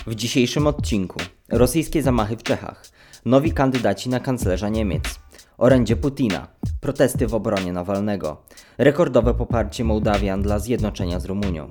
W dzisiejszym odcinku rosyjskie zamachy w Czechach, nowi kandydaci na kanclerza Niemiec, orędzie Putina, protesty w obronie Nawalnego, rekordowe poparcie Mołdawian dla zjednoczenia z Rumunią.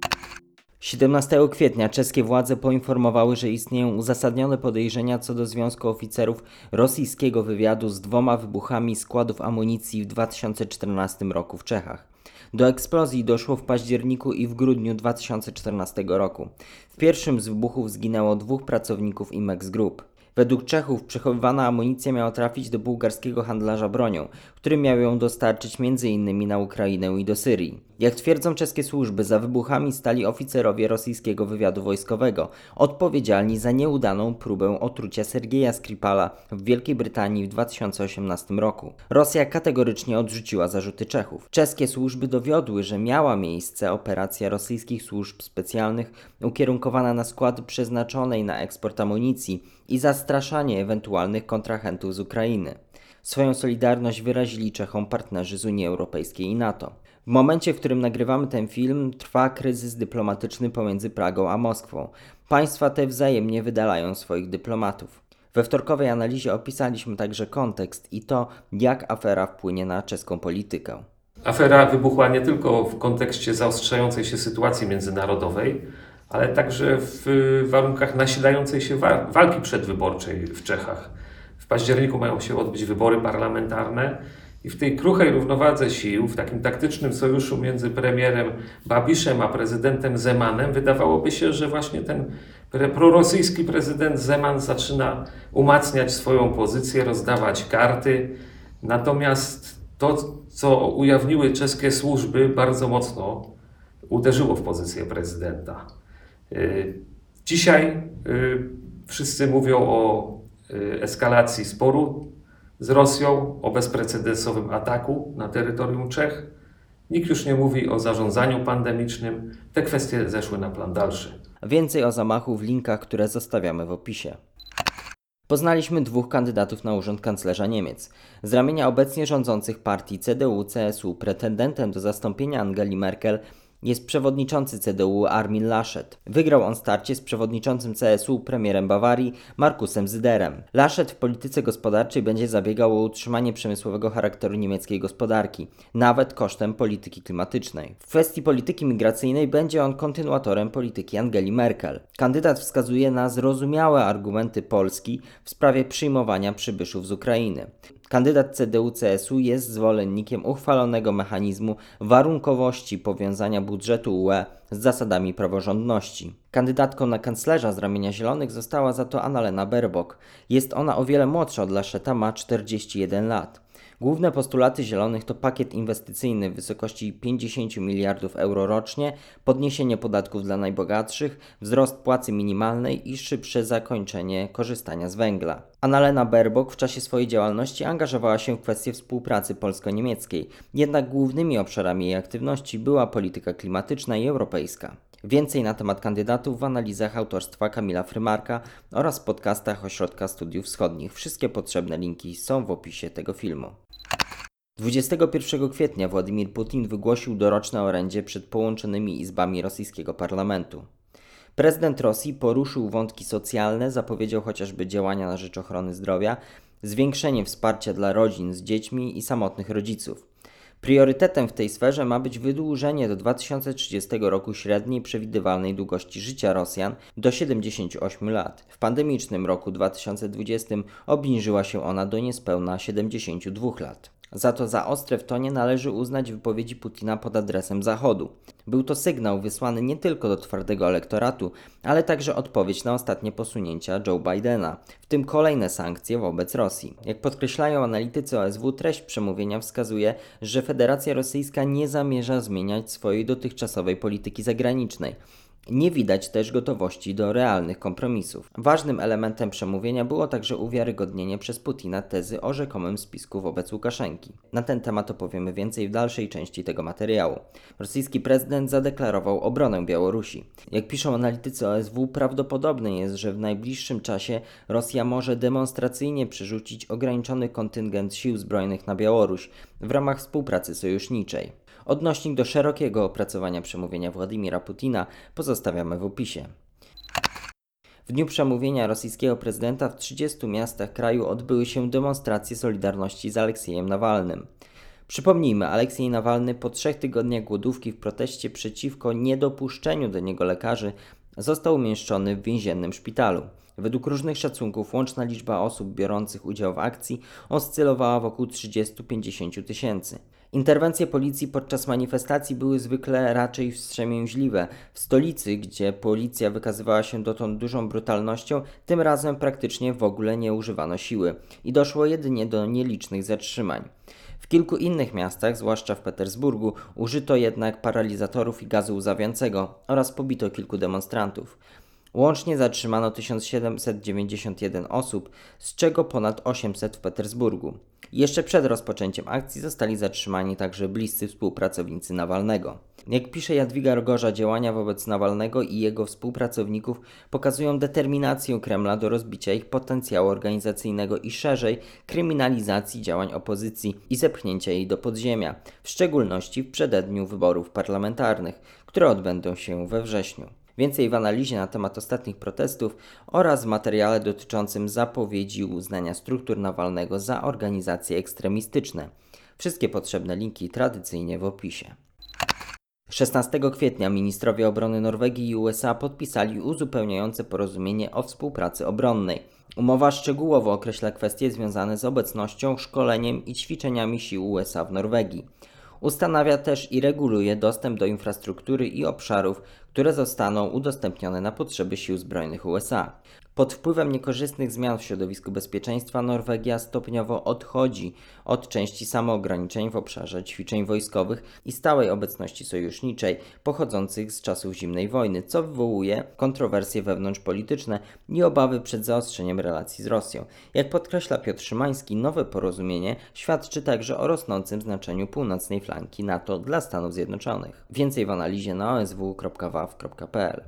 17 kwietnia czeskie władze poinformowały, że istnieją uzasadnione podejrzenia co do związku oficerów rosyjskiego wywiadu z 2 wybuchami składów amunicji w 2014 roku w Czechach. Do eksplozji doszło w październiku i w grudniu 2014 roku. W pierwszym z wybuchów zginęło 2 pracowników Imex Group. Według Czechów przechowywana amunicja miała trafić do bułgarskiego handlarza bronią, który miał ją dostarczyć m.in. na Ukrainę i do Syrii. Jak twierdzą czeskie służby, za wybuchami stali oficerowie rosyjskiego wywiadu wojskowego, odpowiedzialni za nieudaną próbę otrucia Sergeja Skripala w Wielkiej Brytanii w 2018 roku. Rosja kategorycznie odrzuciła zarzuty Czechów. Czeskie służby dowiodły, że miała miejsce operacja rosyjskich służb specjalnych ukierunkowana na składy przeznaczonej na eksport amunicji i zastraszanie ewentualnych kontrahentów z Ukrainy. Swoją solidarność wyrazili Czechom partnerzy z Unii Europejskiej i NATO. W momencie, w którym nagrywamy ten film, trwa kryzys dyplomatyczny pomiędzy Pragą a Moskwą. Państwa te wzajemnie wydalają swoich dyplomatów. We wtorkowej analizie opisaliśmy także kontekst i to, jak afera wpłynie na czeską politykę. Afera wybuchła nie tylko w kontekście zaostrzającej się sytuacji międzynarodowej, ale także w warunkach nasilającej się walki przedwyborczej w Czechach. W październiku mają się odbyć wybory parlamentarne i w tej kruchej równowadze sił, w takim taktycznym sojuszu między premierem Babiszem a prezydentem Zemanem, wydawałoby się, że właśnie ten prorosyjski prezydent Zeman zaczyna umacniać swoją pozycję, rozdawać karty. Natomiast to, co ujawniły czeskie służby, bardzo mocno uderzyło w pozycję prezydenta. Dzisiaj wszyscy mówią o eskalacji sporu z Rosją, o bezprecedensowym ataku na terytorium Czech. Nikt już nie mówi o zarządzaniu pandemicznym. Te kwestie zeszły na plan dalszy. Więcej o zamachu w linkach, które zostawiamy w opisie. Poznaliśmy 2 kandydatów na urząd kanclerza Niemiec. Z ramienia obecnie rządzących partii CDU-CSU pretendentem do zastąpienia Angeli Merkel jest przewodniczący CDU Armin Laschet. Wygrał on starcie z przewodniczącym CSU premierem Bawarii Markusem Söderem. Laschet w polityce gospodarczej będzie zabiegał o utrzymanie przemysłowego charakteru niemieckiej gospodarki, nawet kosztem polityki klimatycznej. W kwestii polityki migracyjnej będzie on kontynuatorem polityki Angeli Merkel. Kandydat wskazuje na zrozumiałe argumenty Polski w sprawie przyjmowania przybyszów z Ukrainy. Kandydat CDU-CSU jest zwolennikiem uchwalonego mechanizmu warunkowości powiązania budżetu UE z zasadami praworządności. Kandydatką na kanclerza z ramienia Zielonych została za to Annalena Baerbock. Jest ona o wiele młodsza od Lascheta, ma 41 lat. Główne postulaty Zielonych to pakiet inwestycyjny w wysokości 50 miliardów euro rocznie, podniesienie podatków dla najbogatszych, wzrost płacy minimalnej i szybsze zakończenie korzystania z węgla. Annalena Baerbock w czasie swojej działalności angażowała się w kwestie współpracy polsko-niemieckiej, jednak głównymi obszarami jej aktywności była polityka klimatyczna i europejska. Więcej na temat kandydatów w analizach autorstwa Kamila Frymarka oraz podcastach Ośrodka Studiów Wschodnich. Wszystkie potrzebne linki są w opisie tego filmu. 21 kwietnia Władimir Putin wygłosił doroczne orędzie przed połączonymi izbami rosyjskiego parlamentu. Prezydent Rosji poruszył wątki socjalne, zapowiedział chociażby działania na rzecz ochrony zdrowia, zwiększenie wsparcia dla rodzin z dziećmi i samotnych rodziców. Priorytetem w tej sferze ma być wydłużenie do 2030 roku średniej przewidywalnej długości życia Rosjan do 78 lat. W pandemicznym roku 2020 obniżyła się ona do niespełna 72 lat. Za to za ostre w tonie należy uznać wypowiedzi Putina pod adresem Zachodu. Był to sygnał wysłany nie tylko do twardego elektoratu, ale także odpowiedź na ostatnie posunięcia Joe Bidena, w tym kolejne sankcje wobec Rosji. Jak podkreślają analitycy OSW, treść przemówienia wskazuje, że Federacja Rosyjska nie zamierza zmieniać swojej dotychczasowej polityki zagranicznej. Nie widać też gotowości do realnych kompromisów. Ważnym elementem przemówienia było także uwiarygodnienie przez Putina tezy o rzekomym spisku wobec Łukaszenki. Na ten temat opowiemy więcej w dalszej części tego materiału. Rosyjski prezydent zadeklarował obronę Białorusi. Jak piszą analitycy OSW, prawdopodobne jest, że w najbliższym czasie Rosja może demonstracyjnie przerzucić ograniczony kontyngent sił zbrojnych na Białoruś w ramach współpracy sojuszniczej. Odnośnik do szerokiego opracowania przemówienia Władimira Putina pozostawiamy w opisie. W dniu przemówienia rosyjskiego prezydenta w 30 miastach kraju odbyły się demonstracje solidarności z Aleksiejem Nawalnym. Przypomnijmy, Aleksiej Nawalny po 3 tygodniach głodówki w proteście przeciwko niedopuszczeniu do niego lekarzy został umieszczony w więziennym szpitalu. Według różnych szacunków łączna liczba osób biorących udział w akcji oscylowała wokół 30-50 tysięcy. Interwencje policji podczas manifestacji były zwykle raczej wstrzemięźliwe. W stolicy, gdzie policja wykazywała się dotąd dużą brutalnością, tym razem praktycznie w ogóle nie używano siły i doszło jedynie do nielicznych zatrzymań. W kilku innych miastach, zwłaszcza w Petersburgu, użyto jednak paralizatorów i gazu łzawiącego oraz pobito kilku demonstrantów. Łącznie zatrzymano 1791 osób, z czego ponad 800 w Petersburgu. Jeszcze przed rozpoczęciem akcji zostali zatrzymani także bliscy współpracownicy Nawalnego. Jak pisze Jadwiga Rogorza, działania wobec Nawalnego i jego współpracowników pokazują determinację Kremla do rozbicia ich potencjału organizacyjnego i szerzej kryminalizacji działań opozycji i zepchnięcia jej do podziemia, w szczególności w przededniu wyborów parlamentarnych, które odbędą się we wrześniu. Więcej w analizie na temat ostatnich protestów oraz w materiale dotyczącym zapowiedzi uznania struktur Nawalnego za organizacje ekstremistyczne. Wszystkie potrzebne linki tradycyjnie w opisie. 16 kwietnia ministrowie obrony Norwegii i USA podpisali uzupełniające porozumienie o współpracy obronnej. Umowa szczegółowo określa kwestie związane z obecnością, szkoleniem i ćwiczeniami sił USA w Norwegii. Ustanawia też i reguluje dostęp do infrastruktury i obszarów, które zostaną udostępnione na potrzeby sił zbrojnych USA. Pod wpływem niekorzystnych zmian w środowisku bezpieczeństwa Norwegia stopniowo odchodzi od części samoograniczeń w obszarze ćwiczeń wojskowych i stałej obecności sojuszniczej pochodzących z czasów zimnej wojny, co wywołuje kontrowersje wewnątrzpolityczne i obawy przed zaostrzeniem relacji z Rosją. Jak podkreśla Piotr Szymański, nowe porozumienie świadczy także o rosnącym znaczeniu północnej flanki NATO dla Stanów Zjednoczonych. Więcej w analizie na osw.waw.pl.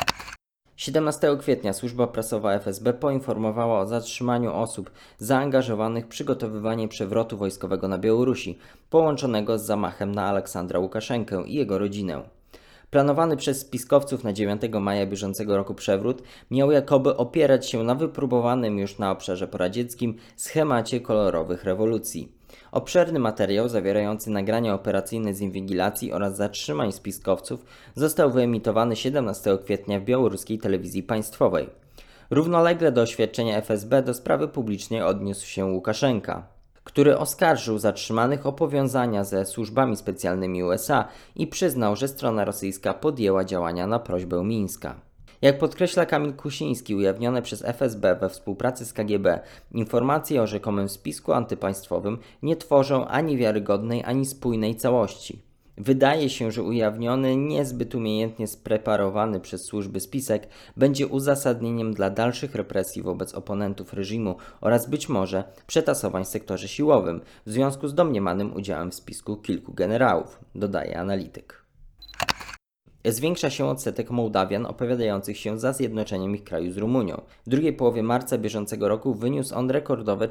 17 kwietnia służba prasowa FSB poinformowała o zatrzymaniu osób zaangażowanych w przygotowywanie przewrotu wojskowego na Białorusi, połączonego z zamachem na Aleksandra Łukaszenkę i jego rodzinę. Planowany przez spiskowców na 9 maja bieżącego roku przewrót miał jakoby opierać się na wypróbowanym już na obszarze poradzieckim schemacie kolorowych rewolucji. Obszerny materiał zawierający nagrania operacyjne z inwigilacji oraz zatrzymań spiskowców został wyemitowany 17 kwietnia w białoruskiej telewizji państwowej. Równolegle do oświadczenia FSB do sprawy publicznej odniósł się Łukaszenka, który oskarżył zatrzymanych o powiązania ze służbami specjalnymi USA i przyznał, że strona rosyjska podjęła działania na prośbę Mińska. Jak podkreśla Kamil Kusiński, ujawnione przez FSB we współpracy z KGB informacje o rzekomym spisku antypaństwowym nie tworzą ani wiarygodnej, ani spójnej całości. Wydaje się, że ujawniony, niezbyt umiejętnie spreparowany przez służby spisek będzie uzasadnieniem dla dalszych represji wobec oponentów reżimu oraz być może przetasowań w sektorze siłowym w związku z domniemanym udziałem w spisku kilku generałów, dodaje analityk. Zwiększa się odsetek Mołdawian opowiadających się za zjednoczeniem ich kraju z Rumunią. W drugiej połowie marca bieżącego roku wyniósł on rekordowe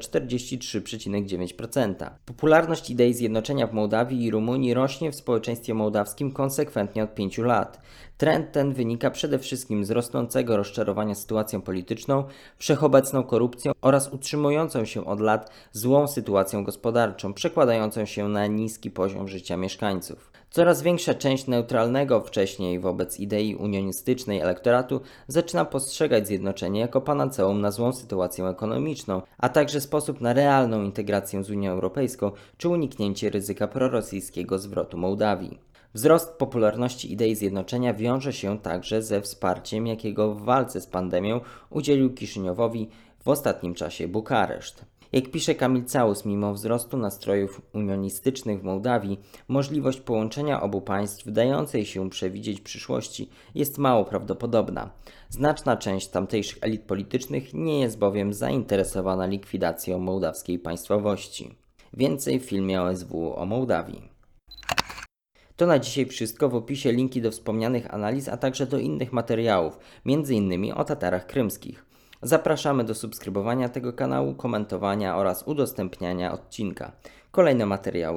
43,9%. Popularność idei zjednoczenia w Mołdawii i Rumunii rośnie w społeczeństwie mołdawskim konsekwentnie od 5 lat. Trend ten wynika przede wszystkim z rosnącego rozczarowania sytuacją polityczną, wszechobecną korupcją oraz utrzymującą się od lat złą sytuacją gospodarczą, przekładającą się na niski poziom życia mieszkańców. Coraz większa część neutralnego wcześniej wobec idei unionistycznej elektoratu zaczyna postrzegać zjednoczenie jako panaceum na złą sytuację ekonomiczną, a także sposób na realną integrację z Unią Europejską czy uniknięcie ryzyka prorosyjskiego zwrotu Mołdawii. Wzrost popularności idei zjednoczenia wiąże się także ze wsparciem, jakiego w walce z pandemią udzielił Kiszyniowowi w ostatnim czasie Bukareszt. Jak pisze Kamil Całus, mimo wzrostu nastrojów unionistycznych w Mołdawii, możliwość połączenia obu państw dającej się przewidzieć przyszłości jest mało prawdopodobna. Znaczna część tamtejszych elit politycznych nie jest bowiem zainteresowana likwidacją mołdawskiej państwowości. Więcej w filmie OSW o Mołdawii. To na dzisiaj wszystko. W opisie linki do wspomnianych analiz, a także do innych materiałów, m.in. o Tatarach krymskich. Zapraszamy do subskrybowania tego kanału, komentowania oraz udostępniania odcinka. Kolejne materiały